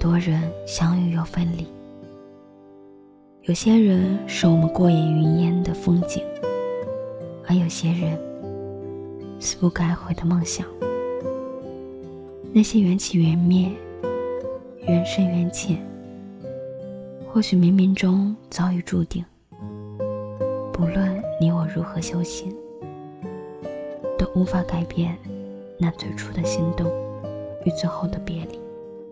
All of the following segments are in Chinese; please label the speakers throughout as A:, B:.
A: 多人相遇又分离，有些人是我们过眼云烟的风景，而有些人是不该回的梦想。那些缘起缘灭，缘深缘浅，或许冥冥中早已注定。不论你我如何修行，都无法改变那最初的心动与最后的别离。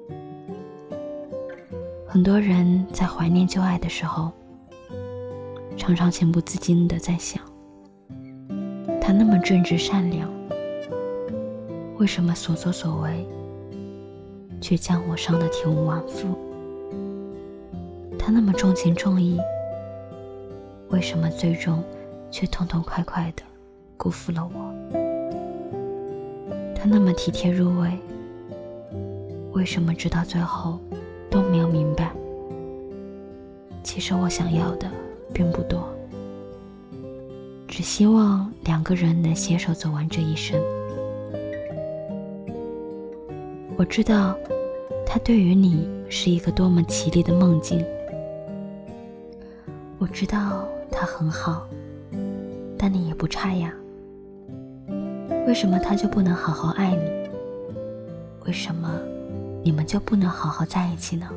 A: 很多人在怀念旧爱的时候，常常情不自禁地在想，他那么正直善良，为什么所作所为却将我伤得体无完肤？他那么重情重义，为什么最终却痛痛快快地辜负了我？他那么体贴入微，为什么直到最后都没有明白，其实我想要的并不多，只希望两个人能携手走完这一生。我知道他对于你是一个多么绮丽的梦境，我知道他很好，但你也不差呀。为什么他就不能好好爱你？为什么你们就不能好好在一起呢？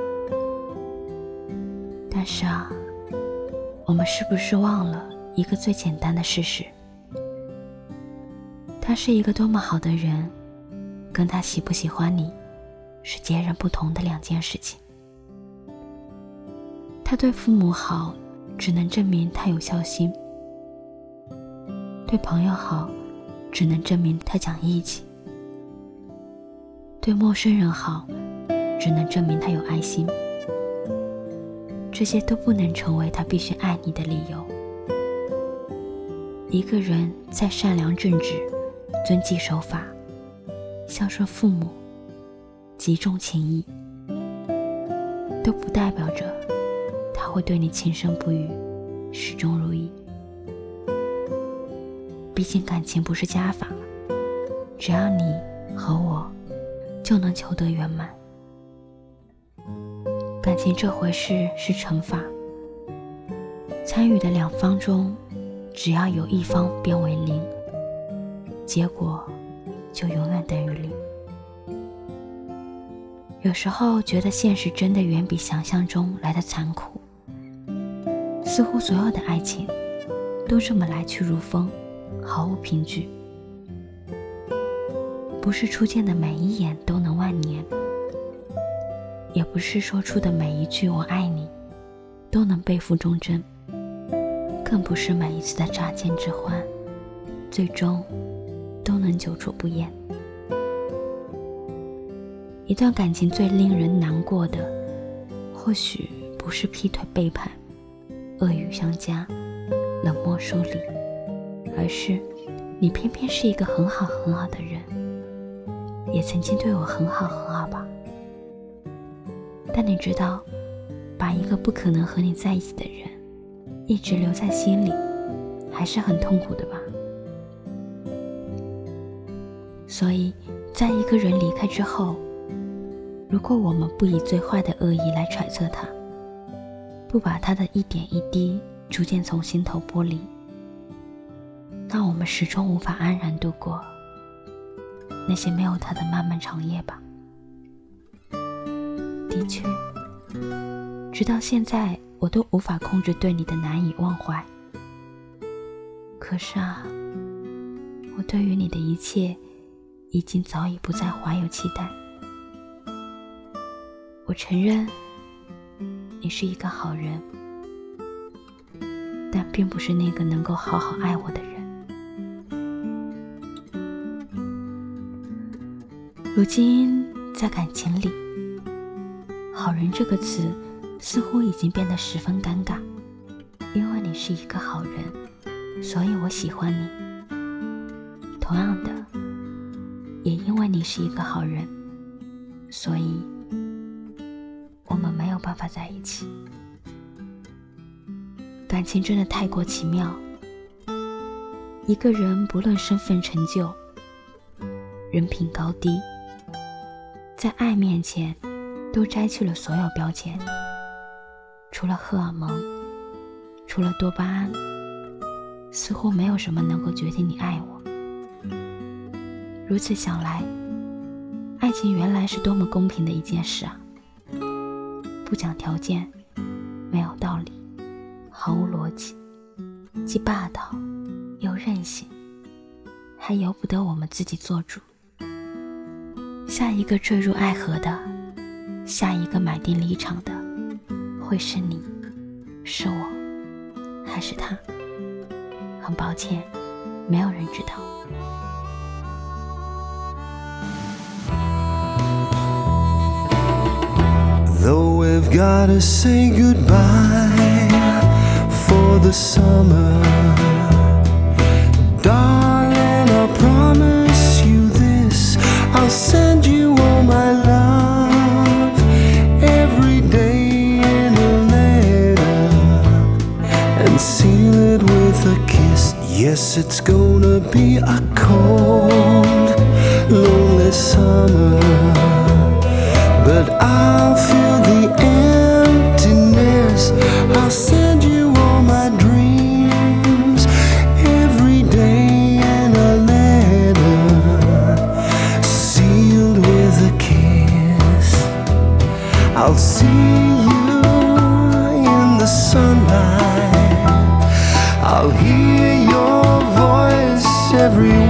A: 但是啊，我们是不是忘了一个最简单的事实？他是一个多么好的人，跟他喜不喜欢你是截然不同的两件事情。他对父母好，只能证明他有孝心；对朋友好，只能证明他讲义气；对陌生人好，只能证明他有爱心。这些都不能成为他必须爱你的理由。一个人再善良正直，遵纪守法，孝顺父母，极重情义，都不代表着他会对你情深不渝，始终如一。毕竟感情不是加法，只要你和我就能求得圆满。感情这回事是乘法，参与的两方中，只要有一方变为零，结果就永远等于零。有时候觉得现实真的远比想象中来得残酷，似乎所有的爱情都这么来去如风，毫无凭据。不是初见的每一眼都能万年，也不是说出的每一句我爱你都能背负忠贞，更不是每一次的乍见之欢最终都能久处不厌。一段感情最令人难过的，或许不是劈腿背叛，恶语相加，冷漠疏离，而是你偏偏是一个很好很好的人，也曾经对我很好很好吧。但你知道，把一个不可能和你在一起的人一直留在心里，还是很痛苦的吧。所以在一个人离开之后，如果我们不以最坏的恶意来揣测他，不把他的一点一滴逐渐从心头剥离，那我们始终无法安然度过那些没有他的漫漫长夜吧。的确，直到现在我都无法控制对你的难以忘怀。可是啊，我对于你的一切已经早已不再怀有期待。我承认你是一个好人，但并不是那个能够好好爱我的人。如今在感情里，好人这个词似乎已经变得十分尴尬。因为你是一个好人，所以我喜欢你。同样的，也因为你是一个好人，所以我们没有办法在一起。感情真的太过奇妙，一个人不论身份成就，人品高低，在爱面前都摘去了所有标签，除了荷尔蒙，除了多巴胺，似乎没有什么能够决定你爱我。如此想来，爱情原来是多么公平的一件事啊！不讲条件，没有道理，毫无逻辑，既霸道又任性，还由不得我们自己做主。下一个坠入爱河的，下一个买定离场的，会是你，是我，还是他？很抱歉，没有人知道。
B: Though we've gotta say goodbye for the summer, darling, I promise you this, I'll send you all my love every day in a letter and seal it with a kiss. Yes, it's gonna be a cold, lonely summer, but I'll feel the emptiness. I'll send you all my dreams every day in a letter sealed with a kiss. I'll see you in the sunlight, I'll hear your voice every